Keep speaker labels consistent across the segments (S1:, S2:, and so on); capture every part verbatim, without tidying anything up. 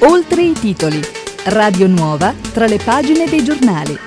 S1: Oltre i titoli. Radio Nuova tra le pagine dei giornali.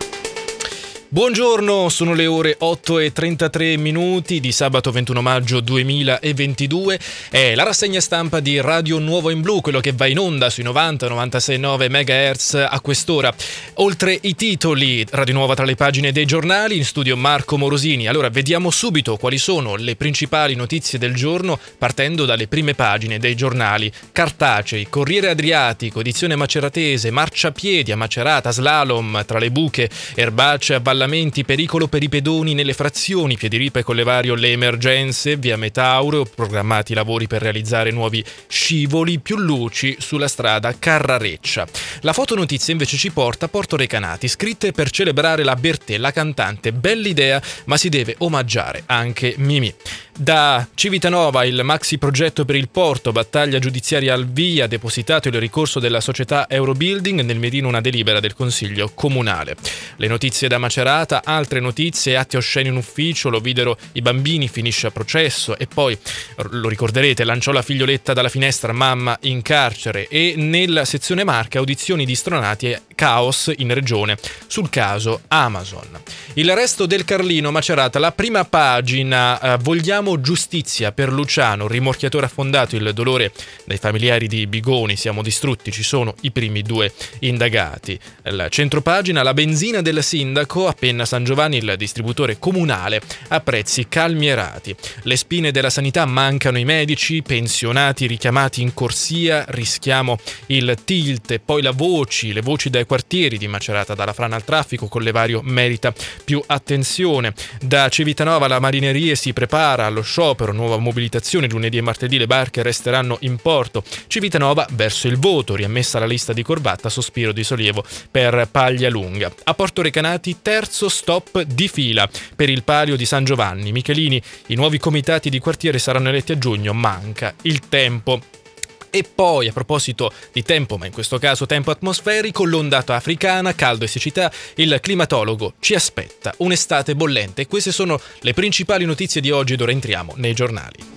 S2: Buongiorno, sono le ore otto e trentatré minuti di sabato ventuno maggio duemilaventidue. È la rassegna stampa di Radio Nuovo in Blu, quello che va in onda sui novanta novantasei virgola nove megahertz a quest'ora. Oltre i titoli, Radio Nuova tra le pagine dei giornali, in studio Marco Morosini. Allora, vediamo subito quali sono le principali notizie del giorno, partendo dalle prime pagine dei giornali cartacei. Corriere Adriatico, edizione maceratese, marciapiedi a Macerata, slalom tra le buche, erbacce a Vallamenti, pericolo per i pedoni nelle frazioni, Piediripe Collevario le emergenze, via Metauro, programmati lavori per realizzare nuovi scivoli, più luci sulla strada Carrareccia. La fotonotizia invece ci porta a Porto Recanati, scritte per celebrare la Bertè, la cantante, bell'idea, ma si deve omaggiare anche Mimì. Da Civitanova il maxi progetto per il porto, battaglia giudiziaria al via, depositato il ricorso della società Eurobuilding, nel mirino una delibera del Consiglio Comunale. Le notizie da Macerata, altre notizie, atti osceni in ufficio, lo videro i bambini, finisce a processo e poi, lo ricorderete, lanciò la figlioletta dalla finestra, mamma in carcere. E nella sezione Marche, audizioni di stronati e caos in regione sul caso Amazon. Il resto del Carlino, Macerata, la prima pagina, eh, vogliamo giustizia per Luciano, rimorchiatore affondato, il dolore dai familiari di Bigoni, siamo distrutti, ci sono i primi due indagati. Il centropagina, la benzina del sindaco, a Penna San Giovanni il distributore comunale a prezzi calmierati. Le spine della sanità, mancano i medici, pensionati richiamati in corsia, rischiamo il tilt. E poi la voci, le voci dai quartieri di Macerata, dalla frana al traffico, Collevario merita più attenzione. Da Civitanova la marineria si prepara allo sciopero, nuova mobilitazione, lunedì e martedì le barche resteranno in porto. Civitanova verso il voto, riammessa la lista di Corbatta, sospiro di sollievo per Paglialunga. A Porto Recanati terzo stop di fila per il palio di San Giovanni. Michelini, i nuovi comitati di quartiere saranno eletti a giugno, manca il tempo. E poi, a proposito di tempo, ma in questo caso tempo atmosferico, l'ondata africana, caldo e siccità, il climatologo ci aspetta un'estate bollente. E queste sono le principali notizie di oggi ed ora entriamo nei giornali.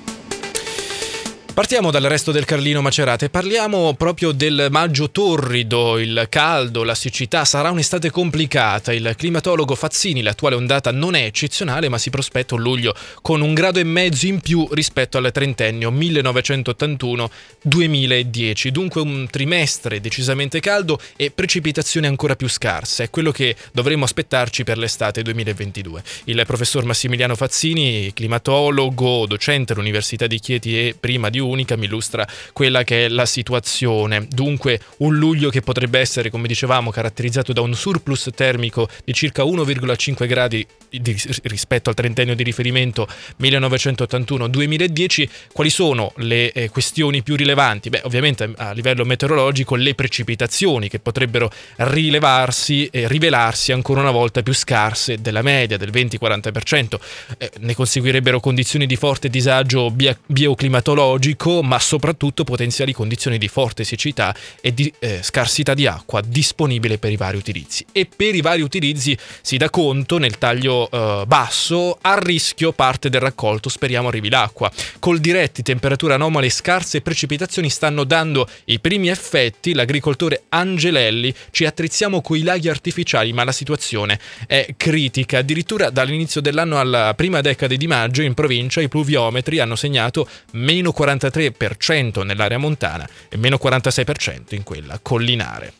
S2: Partiamo dal resto del Carlino, Macerata, e parliamo proprio del maggio torrido, il caldo, la siccità. Sarà un'estate complicata. Il climatologo Fazzini, l'attuale ondata non è eccezionale, ma si prospetta un luglio con un grado e mezzo in più rispetto al trentennio millenovecentottantuno duemiladieci. Dunque un trimestre decisamente caldo e precipitazioni ancora più scarse. È quello che dovremo aspettarci per l'estate duemilaventidue. Il professor Massimiliano Fazzini, climatologo, docente all'Università di Chieti e prima di Unica, mi illustra quella che è la situazione. Dunque un luglio che potrebbe essere, come dicevamo, caratterizzato da un surplus termico di circa uno virgola cinque gradi di, rispetto al trentennio di riferimento millenovecentottantuno duemiladieci. Quali sono le eh, questioni più rilevanti? Beh, ovviamente a livello meteorologico le precipitazioni, che potrebbero rilevarsi e rivelarsi ancora una volta più scarse della media, del venti-quaranta per cento. Eh, ne conseguirebbero condizioni di forte disagio bio- bioclimatologico, ma soprattutto potenziali condizioni di forte siccità e di eh, scarsità di acqua disponibile per i vari utilizzi. E per i vari utilizzi si dà conto nel taglio eh, basso, a rischio parte del raccolto, speriamo arrivi l'acqua. Col diretti, temperature anomale e scarse precipitazioni stanno dando i primi effetti. L'agricoltore Angelelli: ci attrizziamo coi laghi artificiali, ma la situazione è critica. Addirittura dall'inizio dell'anno alla prima decade di maggio in provincia i pluviometri hanno segnato meno quarantatré per cento nell'area montana e meno quarantasei per cento in quella collinare.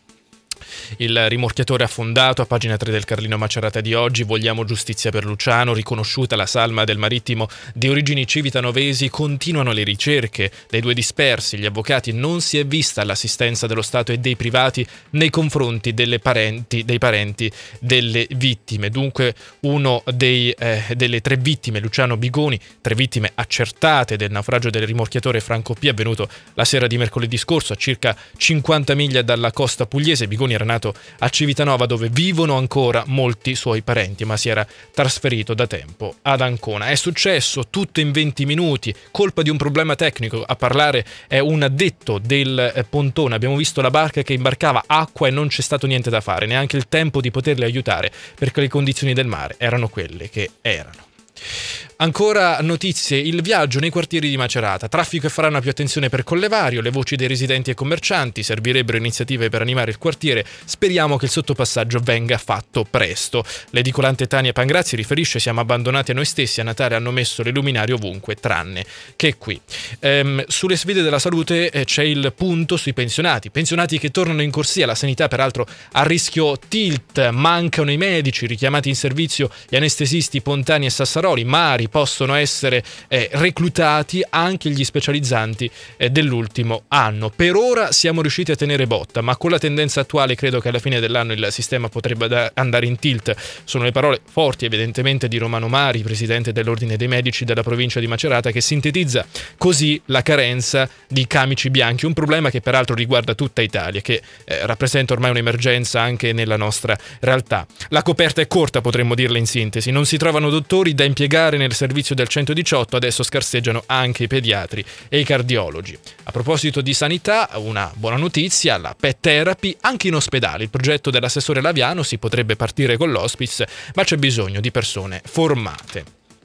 S2: Il rimorchiatore affondato, a pagina tre del Carlino Macerata di oggi. Vogliamo giustizia per Luciano, riconosciuta la salma del marittimo di origini civitanovesi, continuano le ricerche dei due dispersi. Gli avvocati: non si è vista l'assistenza dello Stato e dei privati nei confronti delle parenti, dei parenti delle vittime. Dunque uno dei, eh, delle tre vittime, Luciano Bigoni, tre vittime accertate del naufragio del rimorchiatore Franco P, avvenuto la sera di mercoledì scorso a circa cinquanta miglia dalla costa pugliese. Bigoni era nato a Civitanova, dove vivono ancora molti suoi parenti, ma si era trasferito da tempo ad Ancona. È successo tutto in venti minuti, colpa di un problema tecnico. A parlare è un addetto del pontone. Abbiamo visto la barca che imbarcava acqua e non c'è stato niente da fare, neanche il tempo di poterli aiutare, perché le condizioni del mare erano quelle che erano. Ancora notizie, il viaggio nei quartieri di Macerata, traffico e faranno più attenzione per Collevario, le voci dei residenti e commercianti, servirebbero iniziative per animare il quartiere, speriamo che il sottopassaggio venga fatto presto. L'edicolante Tania Pangrazzi riferisce: siamo abbandonati a noi stessi, a Natale hanno messo le luminarie ovunque, tranne che qui. Ehm, sulle sfide della salute eh, c'è il punto sui pensionati, pensionati che tornano in corsia, la sanità peraltro a rischio tilt, mancano i medici, richiamati in servizio gli anestesisti Pontani e Sassaroli, Mari, possono essere eh, reclutati anche gli specializzanti eh, dell'ultimo anno. Per ora siamo riusciti a tenere botta, ma con la tendenza attuale credo che alla fine dell'anno il sistema potrebbe da- andare in tilt. Sono le parole forti evidentemente di Romano Mari, presidente dell'Ordine dei Medici della provincia di Macerata, che sintetizza così la carenza di camici bianchi, un problema che peraltro riguarda tutta Italia, che eh, rappresenta ormai un'emergenza anche nella nostra realtà. La coperta è corta, potremmo dirla in sintesi, non si trovano dottori da impiegare nel servizio del centodiciotto, adesso scarseggiano anche i pediatri e i cardiologi. A proposito di sanità, una buona notizia, la pet therapy anche in ospedale. Il progetto dell'assessore Laviano, si potrebbe partire con l'hospice, ma c'è bisogno di persone formate.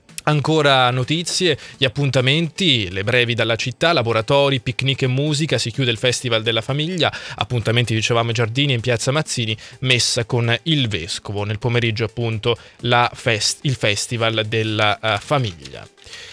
S2: Ancora notizie, gli appuntamenti, le brevi dalla città, laboratori, picnic e musica, si chiude il Festival della Famiglia, appuntamenti dicevamo ai Giardini in Piazza Mazzini, messa con il Vescovo, nel pomeriggio appunto la fest- il Festival della uh, Famiglia.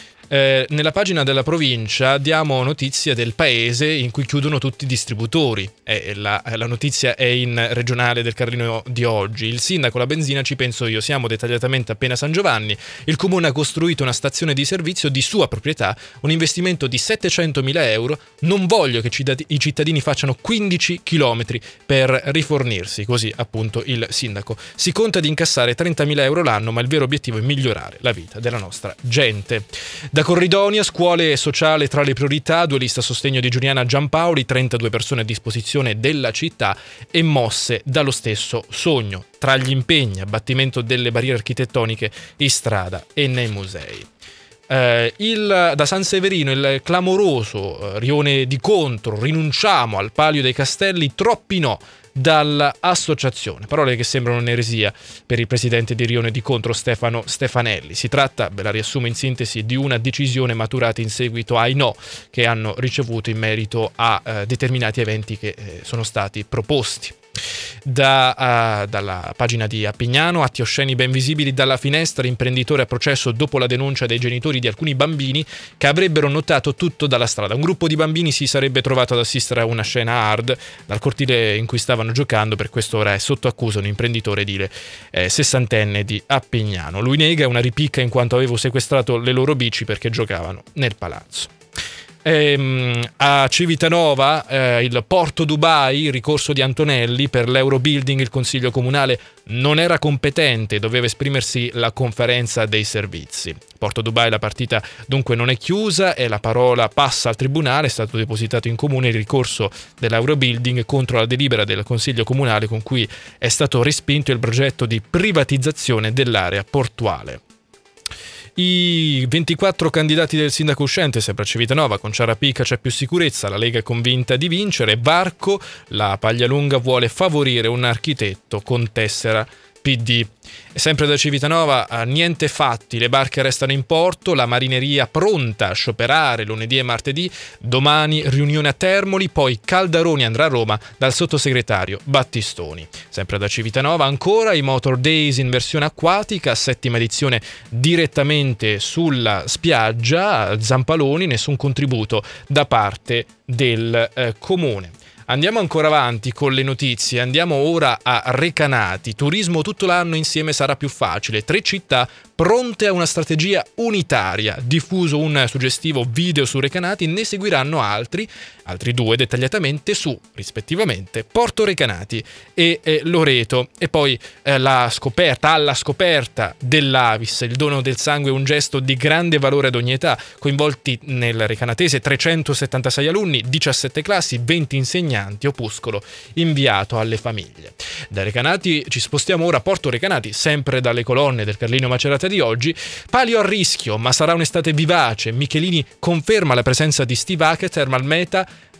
S2: Eh, nella pagina della provincia diamo notizie del paese in cui chiudono tutti i distributori. Eh, la, la notizia è in regionale del Carlino di oggi. Il sindaco, la benzina ci penso io, siamo dettagliatamente appena San Giovanni. Il comune ha costruito una stazione di servizio di sua proprietà, un investimento di settecentomila euro. Non voglio che i cittadini facciano quindici chilometri per rifornirsi, così appunto il sindaco. Si conta di incassare trentamila euro l'anno, ma il vero obiettivo è migliorare la vita della nostra gente. Da Corridonia, scuole sociale tra le priorità, due liste a sostegno di Giuliana Giampaoli, trentadue persone a disposizione della città e mosse dallo stesso sogno. Tra gli impegni, abbattimento delle barriere architettoniche in strada e nei musei. Eh, il, da San Severino il clamoroso eh, rione di contro, rinunciamo al Palio dei Castelli, troppi no dall'associazione, parole che sembrano un'eresia per il presidente di Rione di Contro Stefano Stefanelli. Si tratta, ve la riassumo in sintesi, di una decisione maturata in seguito ai no che hanno ricevuto in merito a eh, determinati eventi che eh, sono stati proposti. Da, uh, dalla pagina di Appignano, atti osceni ben visibili dalla finestra, imprenditore a processo dopo la denuncia dei genitori di alcuni bambini che avrebbero notato tutto dalla strada. Un gruppo di bambini si sarebbe trovato ad assistere a una scena hard dal cortile in cui stavano giocando, per questo ora è sotto accusa un imprenditore edile eh, sessantenne di Appignano. Lui nega una ripicca in quanto avevo sequestrato le loro bici perché giocavano nel palazzo. Ehm, a Civitanova eh, il Porto Dubai, ricorso di Antonelli per l'Eurobuilding, il consiglio comunale non era competente, doveva esprimersi la conferenza dei servizi. Porto Dubai, la partita dunque non è chiusa e la parola passa al tribunale. È stato depositato in comune il ricorso dell'Eurobuilding contro la delibera del consiglio comunale con cui è stato respinto il progetto di privatizzazione dell'area portuale. I ventiquattro candidati del sindaco uscente, sempre a Civitanova, con Ciarapica c'è più sicurezza, la Lega è convinta di vincere, Varco, la Paglialunga vuole favorire un architetto con tessera P D. E sempre da Civitanova, niente fatti, le barche restano in porto, la marineria pronta a scioperare lunedì e martedì, domani riunione a Termoli, poi Caldaroni andrà a Roma dal sottosegretario Battistoni. Sempre da Civitanova ancora i Motor Days in versione acquatica, settima edizione direttamente sulla spiaggia, Zampaloni, nessun contributo da parte del eh, comune. Andiamo ancora avanti con le notizie, andiamo ora a Recanati. Turismo tutto l'anno insieme sarà più facile. Tre città pronte a una strategia unitaria. Diffuso un suggestivo video su Recanati, ne seguiranno altri, altri due dettagliatamente su, rispettivamente, Porto Recanati e eh, Loreto. E poi eh, la scoperta, alla scoperta dell'Avis, il dono del sangue è un gesto di grande valore ad ogni età. Coinvolti nel recanatese trecentosettantasei alunni, diciassette classi, venti insegnanti, opuscolo inviato alle famiglie. Da Recanati ci spostiamo ora a Porto Recanati, sempre dalle colonne del Carlino Macerata di oggi. Palio a rischio, ma sarà un'estate vivace. Michelini conferma la presenza di Steve Hackett, Thermal Meta,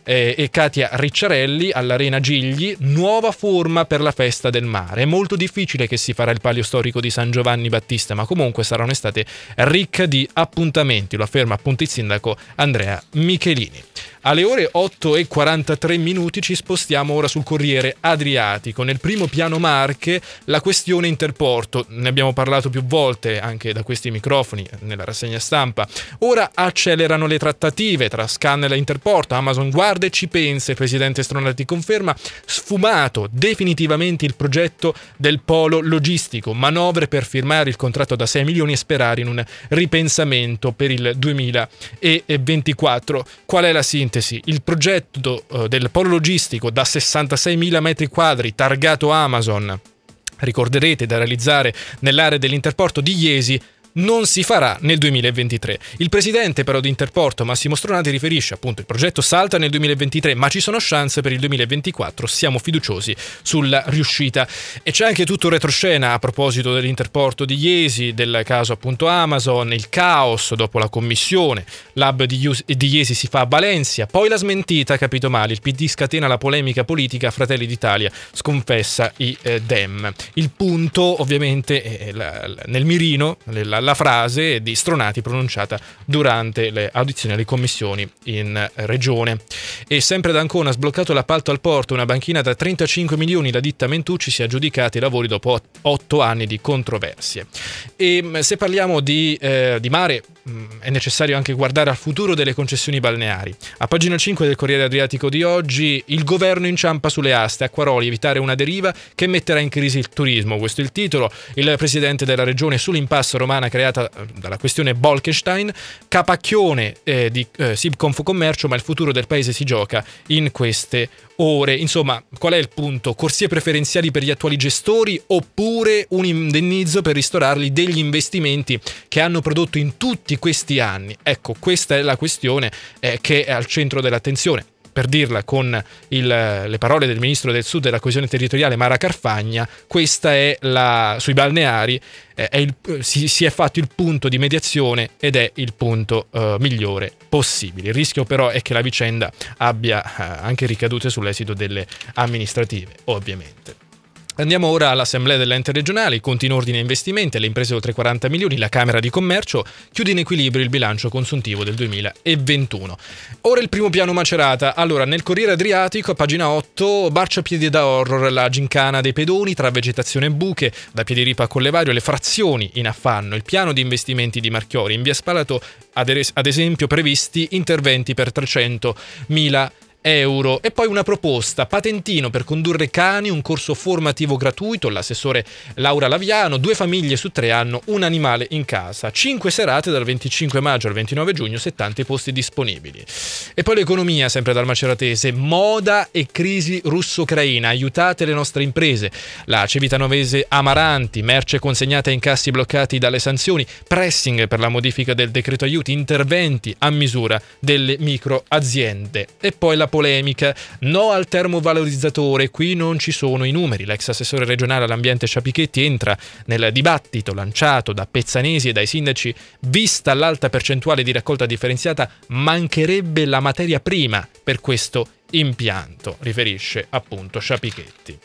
S2: eh, e Katia Ricciarelli all'Arena Gigli, nuova forma per la festa del mare. È molto difficile che si farà il palio storico di San Giovanni Battista, ma comunque sarà un'estate ricca di appuntamenti, lo afferma appunto il sindaco Andrea Michelini. Alle ore otto e quarantatré minuti ci spostiamo ora sul Corriere Adriatico. Nel primo piano Marche la questione Interporto, ne abbiamo parlato più volte anche da questi microfoni nella rassegna stampa. Ora accelerano le trattative tra Scanner e Interporto, Amazon guarda e ci pensa, il presidente Stronati conferma, sfumato definitivamente il progetto del polo logistico, manovre per firmare il contratto da sei milioni e sperare in un ripensamento per il duemilaventiquattro. Qual è la sintesi? Il progetto uh, del polo logistico da sessantaseimila metri quadri targato Amazon, ricorderete, da realizzare nell'area dell'Interporto di Jesi, non si farà nel duemilaventitré. Il presidente però di Interporto, Massimo Stronati, riferisce appunto il progetto salta nel duemilaventitré, ma ci sono chance per il duemilaventiquattro, siamo fiduciosi sulla riuscita. E c'è anche tutto il retroscena a proposito dell'Interporto di Jesi, del caso appunto Amazon, il caos dopo la commissione, l'hub di, Ius- di Jesi si fa a Valencia, poi la smentita, capito male, il P D scatena la polemica politica, Fratelli d'Italia sconfessa i eh, Dem. Il punto ovviamente è la, la, nel mirino, la la frase di Stronati pronunciata durante le audizioni alle commissioni in regione. E sempre ad Ancona, sbloccato l'appalto al porto, una banchina da trentacinque milioni, la ditta Mentucci si è aggiudicata i lavori dopo otto anni di controversie. E se parliamo di, eh, di mare, è necessario anche guardare al futuro delle concessioni balneari. A pagina cinque del Corriere Adriatico di oggi, il governo inciampa sulle aste, Acquaroli, evitare una deriva che metterà in crisi il turismo. Questo è il titolo. Il presidente della regione sull'impasse romana creata dalla questione Bolkestein, capacchione eh, di eh, Sibconfcommercio, ma il futuro del paese si gioca in queste ore. Insomma, qual è il punto? Corsie preferenziali per gli attuali gestori oppure un indennizzo per ristorarli degli investimenti che hanno prodotto in tutti questi anni? Ecco, questa è la questione eh, che è al centro dell'attenzione. Per dirla con il, le parole del ministro del Sud e della coesione territoriale Mara Carfagna, questa è la sui balneari eh, è il, si, si è fatto il punto di mediazione ed è il punto eh, migliore possibile. Il rischio però è che la vicenda abbia eh, anche ricadute sull'esito delle amministrative, ovviamente. Andiamo ora all'assemblea dell'ente regionale, conti in ordine investimenti, le imprese oltre quaranta milioni, la Camera di Commercio chiude in equilibrio il bilancio consuntivo del duemilaventuno. Ora il primo piano Macerata. Allora, nel Corriere Adriatico, a pagina otto, marciapiedi da horror, la gincana dei pedoni tra vegetazione e buche, da Piediripa a Collevario, le frazioni in affanno, il piano di investimenti di Marchiori, in via Spalato ad, es- ad esempio previsti interventi per trecentomila euro. E poi una proposta, patentino per condurre cani, un corso formativo gratuito, l'assessore Laura Laviano, due famiglie su tre hanno un animale in casa, cinque serate dal venticinque maggio al ventinove giugno, settanta posti disponibili. E poi l'economia, sempre dal maceratese, moda e crisi russo-ucraina, aiutate le nostre imprese, la Civitanovese Amaranti, merce consegnata e incassi bloccati dalle sanzioni, pressing per la modifica del decreto aiuti, interventi a misura delle micro aziende. E poi la polemica, no al termovalorizzatore, qui non ci sono i numeri. L'ex assessore regionale all'ambiente Ciapichetti entra nel dibattito lanciato da Pezzanesi e dai sindaci, vista l'alta percentuale di raccolta differenziata mancherebbe la materia prima per questo impianto, riferisce appunto Ciapichetti.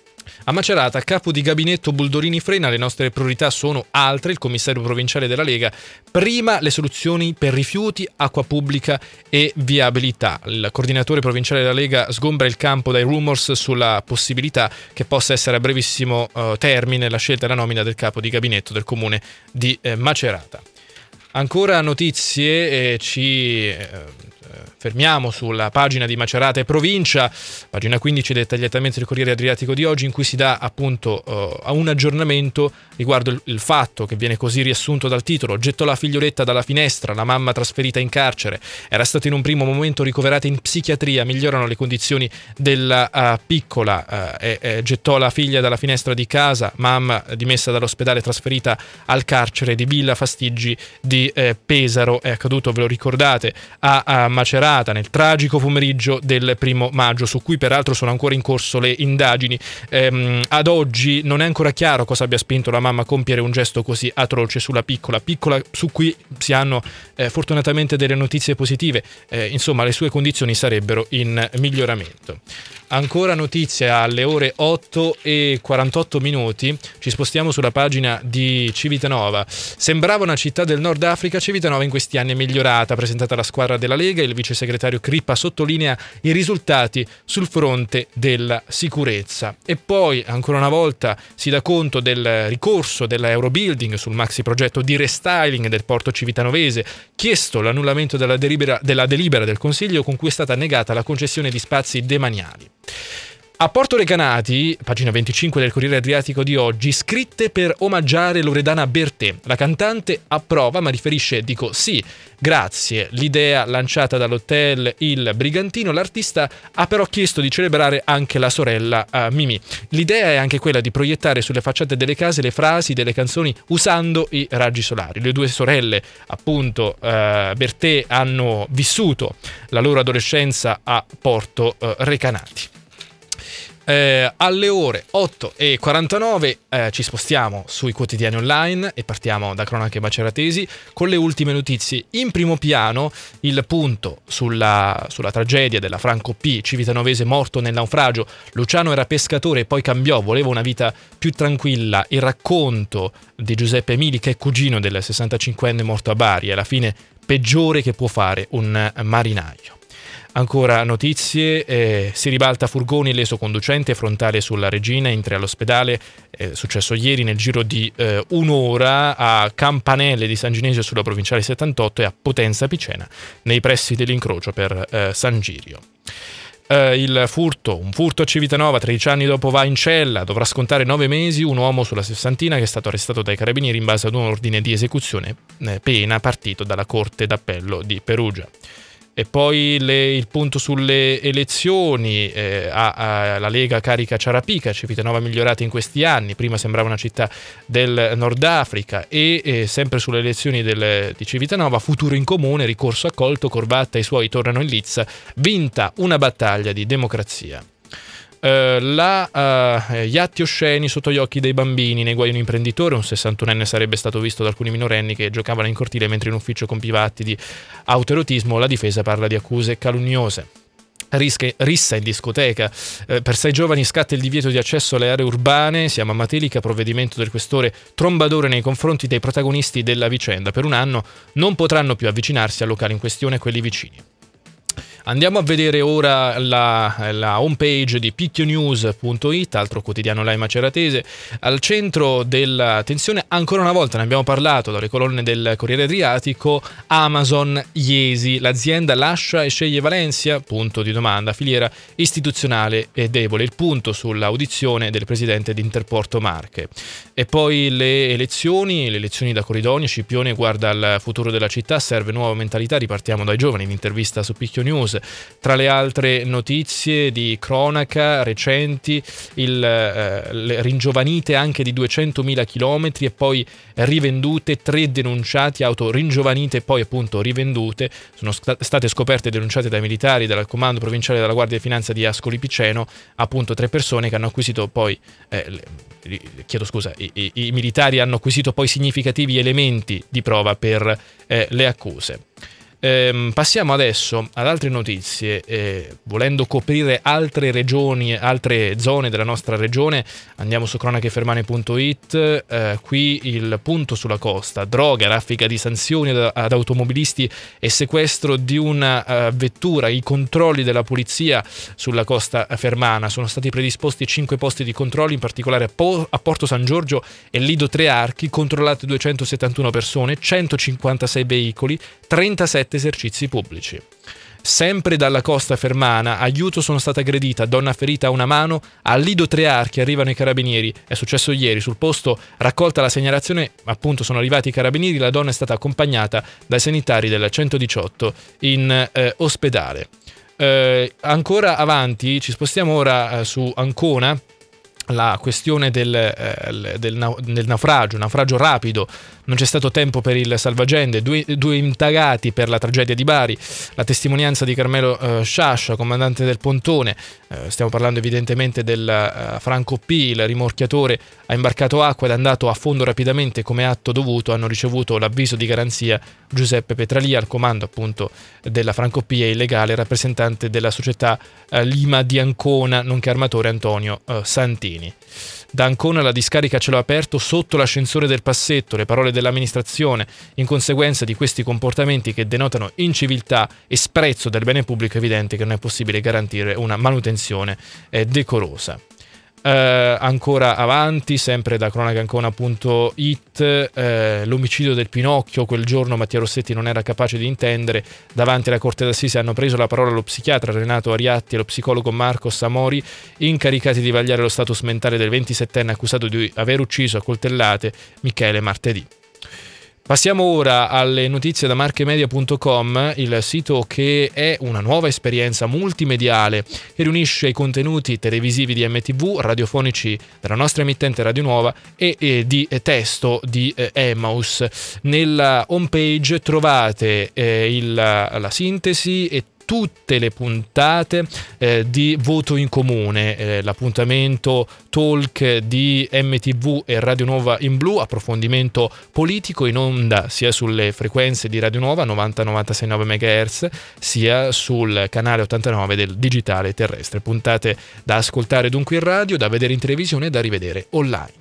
S2: A Macerata, capo di gabinetto Buldorini frena, le nostre priorità sono altre, il commissario provinciale della Lega, prima le soluzioni per rifiuti, acqua pubblica e viabilità. Il coordinatore provinciale della Lega sgombra il campo dai rumors sulla possibilità che possa essere a brevissimo uh, termine la scelta e la nomina del capo di gabinetto del comune di eh, Macerata. Ancora notizie, eh, ci eh, fermiamo sulla pagina di Macerata e provincia, pagina quindici dettagliatamente del Corriere Adriatico di oggi, in cui si dà appunto uh, un aggiornamento riguardo il, il fatto che viene così riassunto dal titolo: gettò la figlioletta dalla finestra, la mamma trasferita in carcere, era stato in un primo momento ricoverata in psichiatria, migliorano le condizioni della uh, piccola, uh, e, e gettò la figlia dalla finestra di casa, mamma dimessa dall'ospedale trasferita al carcere di Villa Fastiggi di eh, Pesaro. È accaduto, ve lo ricordate, a, a Macerata nel tragico pomeriggio del primo maggio, su cui peraltro sono ancora in corso le indagini. Ehm, ad oggi non è ancora chiaro cosa abbia spinto la mamma a compiere un gesto così atroce sulla piccola, piccola su cui si hanno eh, fortunatamente delle notizie positive, eh, insomma le sue condizioni sarebbero in miglioramento. Ancora notizie alle ore otto e quarantotto minuti, ci spostiamo sulla pagina di Civitanova. Sembrava una città del Nord Africa, Civitanova in questi anni è migliorata, presentata la squadra della Lega, il vice segretario Crippa sottolinea i risultati sul fronte della sicurezza. E poi ancora una volta si dà conto del ricorso della Eurobuilding sul maxi progetto di restyling del porto civitanovese, chiesto l'annullamento della delibera, della delibera del Consiglio con cui è stata negata la concessione di spazi demaniali. A Porto Recanati, pagina venticinque del Corriere Adriatico di oggi, scritte per omaggiare Loredana Bertè. La cantante approva, ma riferisce, dico sì, grazie. L'idea lanciata dall'hotel Il Brigantino, l'artista ha però chiesto di celebrare anche la sorella uh, Mimì. L'idea è anche quella di proiettare sulle facciate delle case le frasi delle canzoni usando i raggi solari. Le due sorelle, appunto, uh, Bertè, hanno vissuto la loro adolescenza a Porto uh, Recanati. Eh, alle ore otto e quarantanove eh, ci spostiamo sui quotidiani online e partiamo da Cronache Maceratesi con le ultime notizie. In primo piano il punto sulla, sulla tragedia della Franco P, civitanovese morto nel naufragio. Luciano era pescatore e poi cambiò, voleva una vita più tranquilla. Il racconto di Giuseppe Emili, che è cugino del sessantacinquenne morto a Bari, è la fine peggiore che può fare un marinaio. Ancora notizie, eh, si ribalta Furgoni leso conducente frontale sulla Regina, entra all'ospedale, eh, successo ieri nel giro di eh, un'ora a Campanelle di San Ginesio sulla provinciale settantotto e a Potenza Picena nei pressi dell'incrocio per eh, San Girio. Uh, il furto, un furto a Civitanova, tredici anni dopo va in cella, dovrà scontare nove mesi, un uomo sulla sessantina che è stato arrestato dai carabinieri in base ad un ordine di esecuzione, eh, pena partito dalla Corte d'Appello di Perugia. E poi le, il punto sulle elezioni, eh, a, a, la Lega carica Ciarapica, Civitanova migliorata in questi anni, prima sembrava una città del Nord Africa e eh, sempre sulle elezioni del, di Civitanova, futuro in comune, ricorso accolto, Corvatta e i suoi tornano in lizza, vinta una battaglia di democrazia. Uh, la, uh, gli atti osceni sotto gli occhi dei bambini, nei guai un imprenditore, un sessantunenne sarebbe stato visto da alcuni minorenni che giocavano in cortile mentre in ufficio compiva atti di autoerotismo. La difesa parla di accuse calunniose. Rische, rissa in discoteca, eh, per sei giovani scatta il divieto di accesso alle aree urbane, siamo a Matelica, provvedimento del questore Trombadore nei confronti dei protagonisti della vicenda. Per un anno non potranno più avvicinarsi al locale in questione e quelli vicini. Andiamo a vedere ora la, la homepage di picchionews punto it, altro quotidiano online maceratese. Al centro dell'attenzione, ancora una volta ne abbiamo parlato dalle colonne del Corriere Adriatico, Amazon Iesi, l'azienda lascia e sceglie Valencia, punto di domanda, filiera istituzionale e debole, il punto sull'audizione del presidente di Interporto Marche. E poi le elezioni, le elezioni da Corridonia, Scipione guarda al futuro della città, serve nuova mentalità, ripartiamo dai giovani, in intervista su Picchio News. Tra le altre notizie di cronaca recenti, il, eh, le ringiovanite anche di duecentomila chilometri e poi rivendute, tre denunciati, auto ringiovanite e poi appunto rivendute, sono st- state scoperte e denunciate dai militari, dal comando provinciale della Guardia di Finanza di Ascoli Piceno, appunto tre persone che hanno acquisito poi, eh, le, chiedo scusa, i, i, i militari hanno acquisito poi significativi elementi di prova per eh, le accuse. Eh, passiamo adesso ad altre notizie, eh, volendo coprire altre regioni, altre zone della nostra regione, andiamo su cronachefermane punto it, eh, qui il punto sulla costa, droga, raffica di sanzioni ad, ad automobilisti e sequestro di una uh, vettura, i controlli della polizia sulla costa fermana, sono stati predisposti cinque posti di controllo, in particolare a, po- a Porto San Giorgio e Lido Tre Archi, controllate duecentosettantuno persone, centocinquantasei veicoli, trentasette esercizi pubblici. Sempre dalla costa fermana, aiuto, sono stata aggredita, donna ferita a una mano, a Lido Tre Archi arrivano i carabinieri, è successo ieri, sul posto raccolta la segnalazione, appunto sono arrivati i carabinieri, la donna è stata accompagnata dai sanitari del centodiciotto in eh, ospedale. Eh, ancora avanti, ci spostiamo ora eh, su Ancona. la questione del, eh, del, del naufragio, naufragio rapido, non c'è stato tempo per il salvagente, due, due indagati per la tragedia di Bari, la testimonianza di Carmelo eh, Sciascia, comandante del pontone, eh, stiamo parlando evidentemente del eh, Franco P, il rimorchiatore, ha imbarcato acqua ed è andato a fondo rapidamente come atto dovuto, hanno ricevuto l'avviso di garanzia Giuseppe Petralia, al comando appunto della Franco P e il legale rappresentante della società eh, Lima di Ancona, nonché armatore Antonio eh, Santini. Da Ancona la discarica a cielo aperto sotto l'ascensore del passetto, le parole dell'amministrazione, in conseguenza di questi comportamenti che denotano inciviltà e sprezzo del bene pubblico, è evidente che non è possibile garantire una manutenzione eh, decorosa. Uh, ancora avanti, sempre da cronacancona punto it, uh, l'omicidio del Pinocchio. Quel giorno Mattia Rossetti non era capace di intendere. Davanti alla Corte d'Assise hanno preso la parola lo psichiatra Renato Ariatti e lo psicologo Marco Samori, incaricati di vagliare lo status mentale del ventisettenne accusato di aver ucciso a coltellate Michele Martedì. Passiamo ora alle notizie da marchemedia punto com, il sito che è una nuova esperienza multimediale che riunisce i contenuti televisivi di M T V, radiofonici della nostra emittente Radio Nuova e, e di testo di eh, Emmaus. Nella homepage trovate eh, il, la sintesi e tutte le puntate eh, di Voto in Comune, eh, l'appuntamento talk di M T V e Radio Nuova in blu, approfondimento politico in onda sia sulle frequenze di Radio Nuova novanta novantasei virgola nove megahertz sia sul canale ottantanove del digitale terrestre. Puntate da ascoltare dunque in radio, da vedere in televisione e da rivedere online.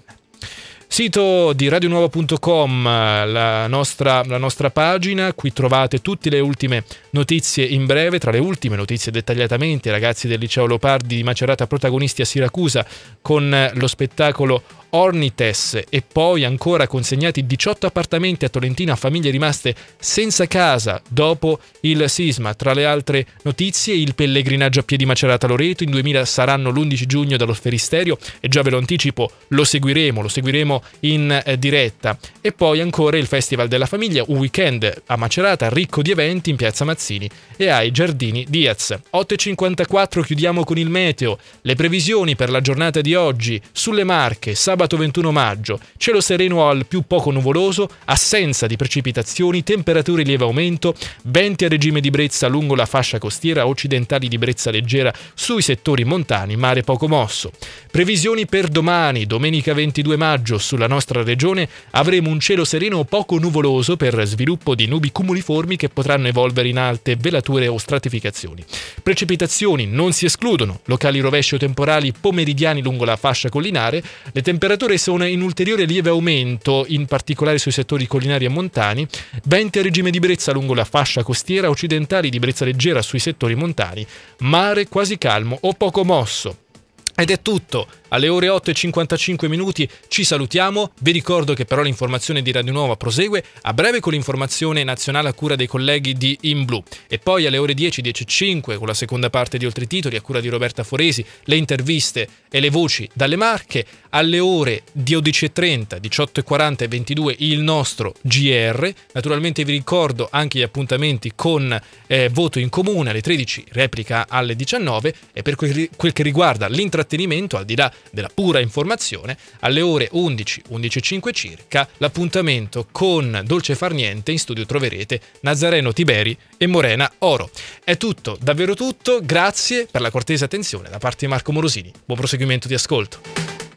S2: Sito di radio nuova punto com, la nostra, la nostra pagina, qui trovate tutte le ultime notizie in breve, tra le ultime notizie dettagliatamente, ragazzi del liceo Leopardi di Macerata protagonisti a Siracusa con lo spettacolo Ornites, e poi ancora consegnati diciotto appartamenti a Tolentino a famiglie rimaste senza casa dopo il sisma. Tra le altre notizie, il pellegrinaggio a piedi Macerata Loreto, in duemila saranno l'undici giugno dallo Sferisterio e già ve lo anticipo, lo seguiremo, lo seguiremo in eh, diretta. E poi ancora il Festival della Famiglia, un weekend a Macerata ricco di eventi in Piazza Mazzini e ai Giardini Diaz. otto e cinquantaquattro, chiudiamo con il meteo, le previsioni per la giornata di oggi sulle Marche. Sabato ventuno maggio, cielo sereno al più poco nuvoloso, assenza di precipitazioni, temperature in lieve aumento, venti a regime di brezza lungo la fascia costiera, occidentali di brezza leggera sui settori montani, mare poco mosso. Previsioni per domani, domenica ventidue maggio, sulla nostra regione avremo un cielo sereno poco nuvoloso per sviluppo di nubi cumuliformi che potranno evolvere in alte velature o stratificazioni. Precipitazioni non si escludono, locali rovesci o temporali pomeridiani lungo la fascia collinare, le temperature Le temperature sono in ulteriore lieve aumento, in particolare sui settori collinari e montani, venti a regime di brezza lungo la fascia costiera, occidentali di brezza leggera sui settori montani, mare quasi calmo o poco mosso. Ed è tutto. Alle ore otto e cinquantacinque minuti ci salutiamo. Vi ricordo che però l'informazione di Radio Nuova prosegue a breve con l'informazione nazionale a cura dei colleghi di In Blu. E poi alle ore dieci, dieci e cinque con la seconda parte di Oltretitoli a cura di Roberta Foresi, le interviste e le voci dalle Marche. Alle ore dodici e trenta, diciotto e quaranta e ventidue il nostro G R. Naturalmente vi ricordo anche gli appuntamenti con eh, Voto in Comune alle tredici, replica alle diciannove, e per quel che riguarda l'intrattenimento, al di là della pura informazione, alle ore undici, undici e cinque circa, l'appuntamento con Dolce Far Niente. In studio troverete Nazareno Tiberi e Morena Oro. È tutto, davvero tutto, grazie per la cortese attenzione da parte di Marco Morosini. Buon proseguimento di ascolto.